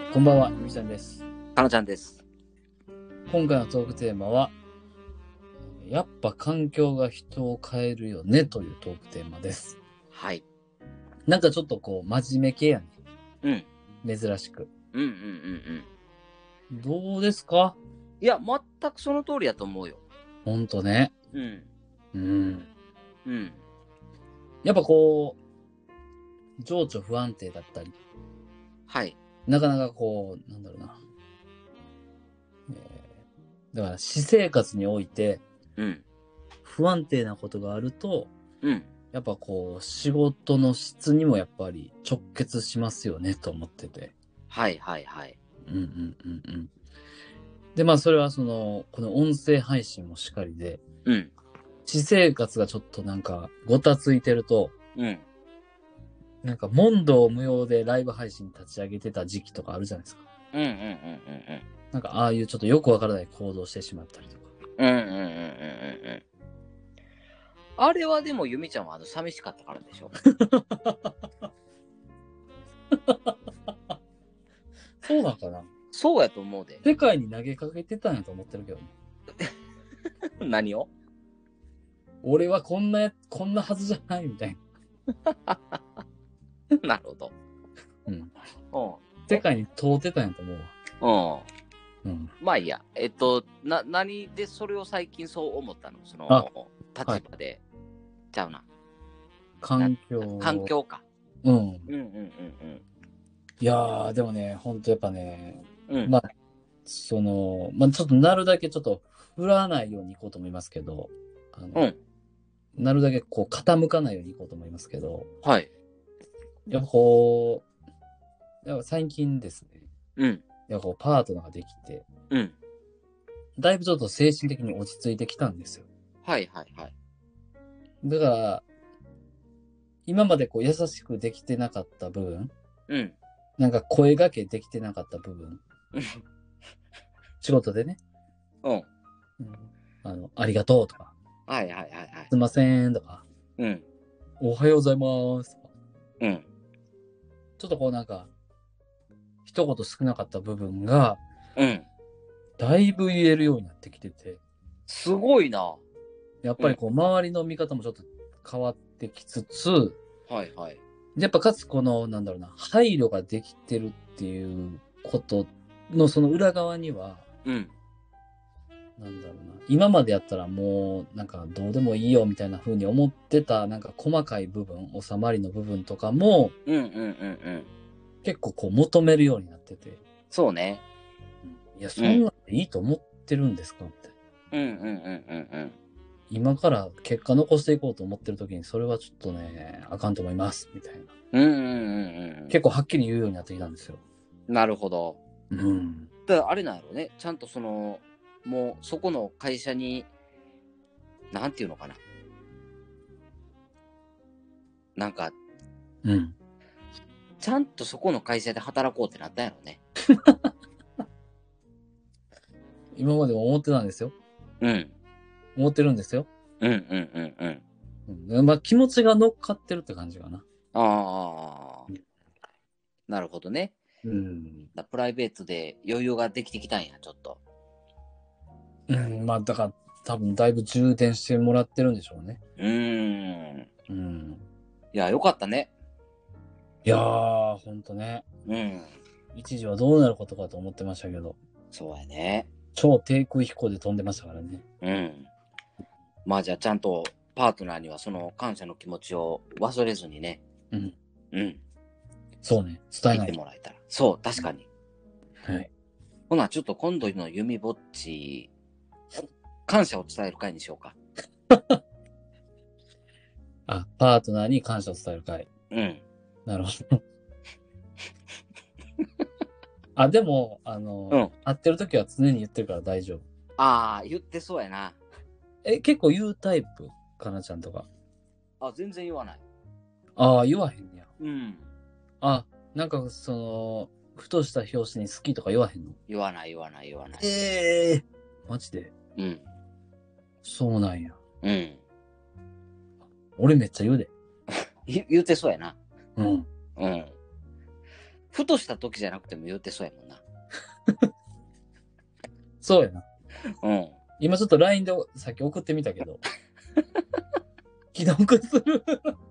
こんばんは、ゆみちゃんです。 かなちゃんです。 今回のトークテーマは、やっぱ環境が人を変えるよねというトークテーマです。 はい。 なんかちょっとこう、真面目系やね。 うん。 珍しく。 うんうんうんうん。 どうですか？ いや、全くその通りやと思うよ。 ほんとね。 うん。 うん。 うん。 やっぱこう、情緒不安定だったり、 はい。 なかなかこう、なんだろうな。だから私生活においてうん。 不安定なことがあると、 うん。 やっぱこう、仕事の質にもやっぱり直結しますよねと思ってて。 はいはいはい。 うんうんうんうん。で、まあそれはその、この音声配信もしかりで、 うん。 私生活がちょっとなんかごたついてると、 うん。 なんか問答無用でライブ配信立ち上げてた時期とかあるじゃないですか。 うんうんうんうんなんかああいうちょっとよくわからない行動してしまったりとか。 うん。うんうんうんうんうん。あれはでもゆみちゃんは寂しかったからでしょ。 そうなんかな。 そうやと思うで。 世界に投げかけてたんやと思ってるけどね。 何を？ 俺はこんなはずじゃないみたいなるほど。 な。うん。 うん。 世界に問うてたんやと思うわ。 うん。 うん。 まあいいや。何でそれを最近そう思ったの？そのあ、 立場で。ちゃうな。 環境。 環境か。 うん。 うんうんうんいやー、でもね、ほんとやっぱね、 うん。うん。 まあ、まあ、ちょっとなるだけちょっと振らないように行こうと思いますけど、 うん。 なるだけこう傾かないように行こうと思いますけど、 はい。 やっぱこう、やっぱ最近ですね、 うん。 やっぱこうパートナーができて、 うん。 だいぶちょっと精神的に落ち着いてきたんですよ。 はいはいはい。 だから、今までこう優しくできてなかった部分、 うん。 なんか声掛けできてなかった部分、仕事でね、 うん。 ありがとうとか、 はいはいはいはい。 すいませんとか、 うん。 おはようございますとか、 うん。 ちょっとこうなんか、一言少なかった部分が、 うん。 だいぶ言えるようになってきてて、 すごいな。 やっぱりこう、周りの見方もちょっと変わってきつつ、 はいはい。 やっぱかつこの、なんだろうな、配慮ができてるっていうことのその裏側には、 うん。 なんだろうな、今までやったらもう、なんかどうでもいいよみたいな風に思ってた、なんか細かい部分、収まりの部分とかも、 うんうんうんうん。 結構こう求めるようになってて、 そうね。 いや、そんなんでいいと思ってるんですかって。 うんうんうんうんうん。 今から結果残していこうと思ってる時に、それはちょっとね、あかんと思います、みたいな。 うんうんうんうん。 結構はっきり言うようになってきたんですよ。 なるほど。 うん。 だからあれなんやろね。ちゃんともうそこの会社に、なんていうのかな。なんか、 うん。 ちゃんとそこの会社で働こうってなったんやろね。 今までも思ってたんですよ。 うん。 思ってるんですよ。 うんうんうんうん。 うん、まあ気持ちが乗っかってるって感じかな。 ああ、なるほどね。 うん。 プライベートで余裕ができてきたんや、ちょっと。 うん、まあだから多分だいぶ充電してもらってるんでしょうね。うん。 いや、よかったね。 いやー、ほんとね。 うん。 一時はどうなることかと思ってましたけど、 そうやね。 超低空飛行で飛んでましたからね。 うん。まあじゃあちゃんとパートナーにはその感謝の気持ちを忘れずにね。 うん。 うん。 そうね。伝え言ないと。 ってもらえたら。そう、確かに。 はい。 ほな、ちょっと今度の弓ぼっち、感謝を伝える会にしようか。 あ、パートナーに感謝を伝える会。 うん。 なるほど。あ、でも、会ってる時は常に言ってるから大丈夫。 ああ、言ってそうやな。 結構言うタイプかなちゃんとか。 あ、全然言わない。 ああ、言わへんねや。 うん。 あ、なんかふとした表紙に好きとか言わへんの？ 言わない、言わない、言わない。 マジで？ うん。 そうなんや。 うん。 俺めっちゃ言うで。 言ってそうやな。 うん。 うん。ふとした時じゃなくても言うてそうやもんな。 そうやな。 うん。 今ちょっと LINE でさっき送ってみたけど、既読する。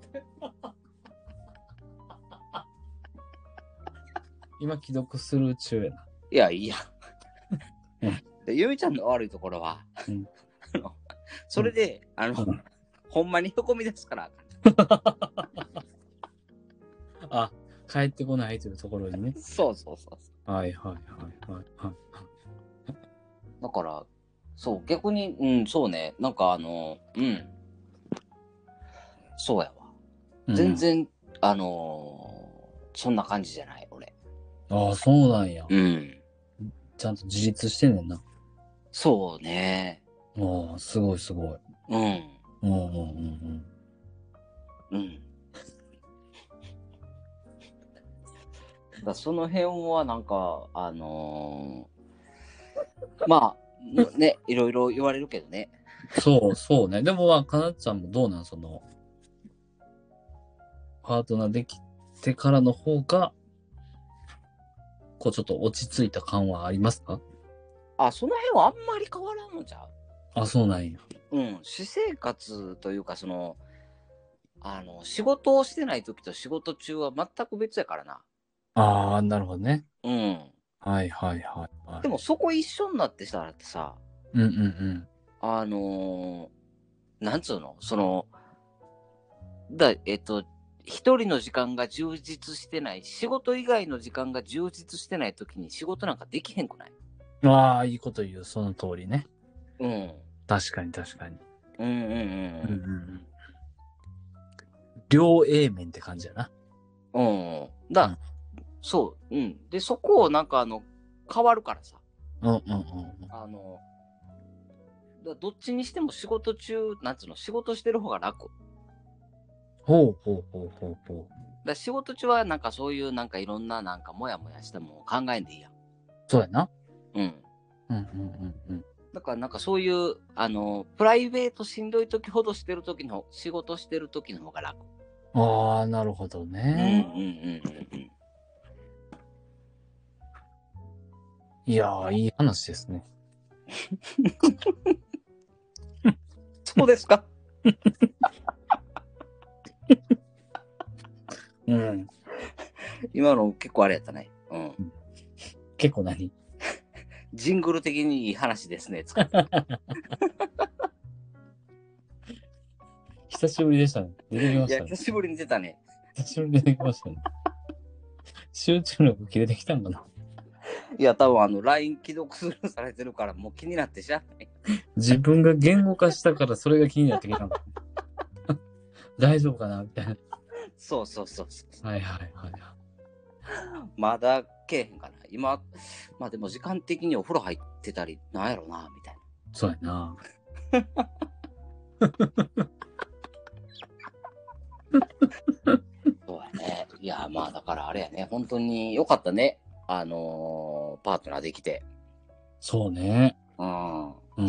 今既読する中やな。 いや、いいや。 うんでゆみちゃんの悪いところは、 うんそれで、 うんほんまに凹み出すから。 あ、帰ってこないというところにね。 そうそうそうそはいはいはいはいはい。 う。だから、そう、逆に、うん、そうね。なんかそうやわ。全然、そんな感じじゃない、俺。 ああ、そうなんや。 うん。 ちゃんと自立してんねんな。 そうね。 ああ、すごいすごい。 うん。 うんうんうんうん。だその辺はなんか、まあ、ね、いろいろ言われるけどね。 そうそうね。でもまあ、かなっちゃんもどうなんその、パートナーできてからの方が、こうちょっと落ち着いた感はありますか？ あ、その辺はあんまり変わらんのじゃあ、そうなんや。 う。うん。私生活というか、仕事をしてない時と仕事中は全く別やからな。 ああ、なるほどね。 うん。 はいはいはいはい。 でもそこ一緒になってさ、ってさ、 うんうんうん。 なんつうのだ、一人の時間が充実してない、仕事以外の時間が充実してない時に仕事なんかできへんくない？ ああ、いいこと言う。その通りね。 うん。 確かに確かに。 うんうんうん。 うんうん両 A 面って感じやな。 うん。 うんそう。うん。で、そこをなんか変わるからさ。 うんうんうん。 どっちにしても仕事中、なんつうの、仕事してる方が楽。 ほうほうほうほうほ仕事中はなんかそういうなんかいろんななんかモヤモヤしても考えんでいいやん。 う。そうやな。 うん。 うんうんうんうん。 だからなんかそういう、プライベートしんどい時ほどしてる時の、仕事してる時の方が楽。 ああ、なるほどうんうんね。 うんうんうん。 いやー、いい話ですね。 そうですか？ うん。 今の結構あれやったね。うん。 結構何ジングル的にいい話ですね。使って久しぶりでしたね。出てきまいや、 したね。 久しぶりに出たね。 久しぶりに出てきましたね。集中力切れてきたんかな。 いや、多分LINE 既読スルーされてるからもう気になってしゃあない。 自分が言語化したからそれが気になってきたんかな。大丈夫かなみたいな。 そうそうそうそう。 はいはいはい。 まだけえへんかな。今、まあでも時間的にお風呂入ってたり、なんやろな、みたいな。 そうやな。 そうやね。いや、まあだからあれやね。本当に良かったね。パートナーできて。 そうね。 うん。 うん。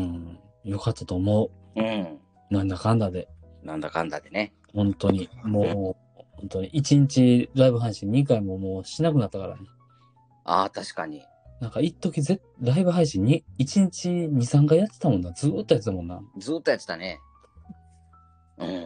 よかったと思うん。 う。なんだかんだで。 なんだかんだでね。 本当に。もう、本当に。1日ライブ配信2回ももうしなくなったからね。 ああ、確かに。 なんか一時ライブ配信に1日2、3回やってたもんな。ずーっとやってたもんな。 ずーっとやってたね。うん。うん。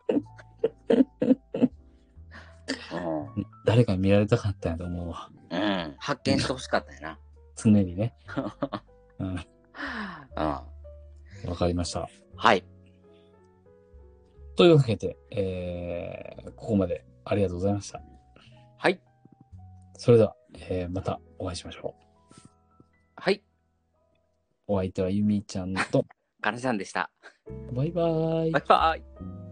誰かに見られたかったんやと思うわ。 うん。発見してほしかったよな。 常にね。うん。 うん。 わかりました。 はい。 というわけで、ここまでありがとうございました。 はい。 それでは、またお会いしましょはい。 う。お相手はゆみちゃんと、 かなちゃんでした。 バイバーイバイ。バイ。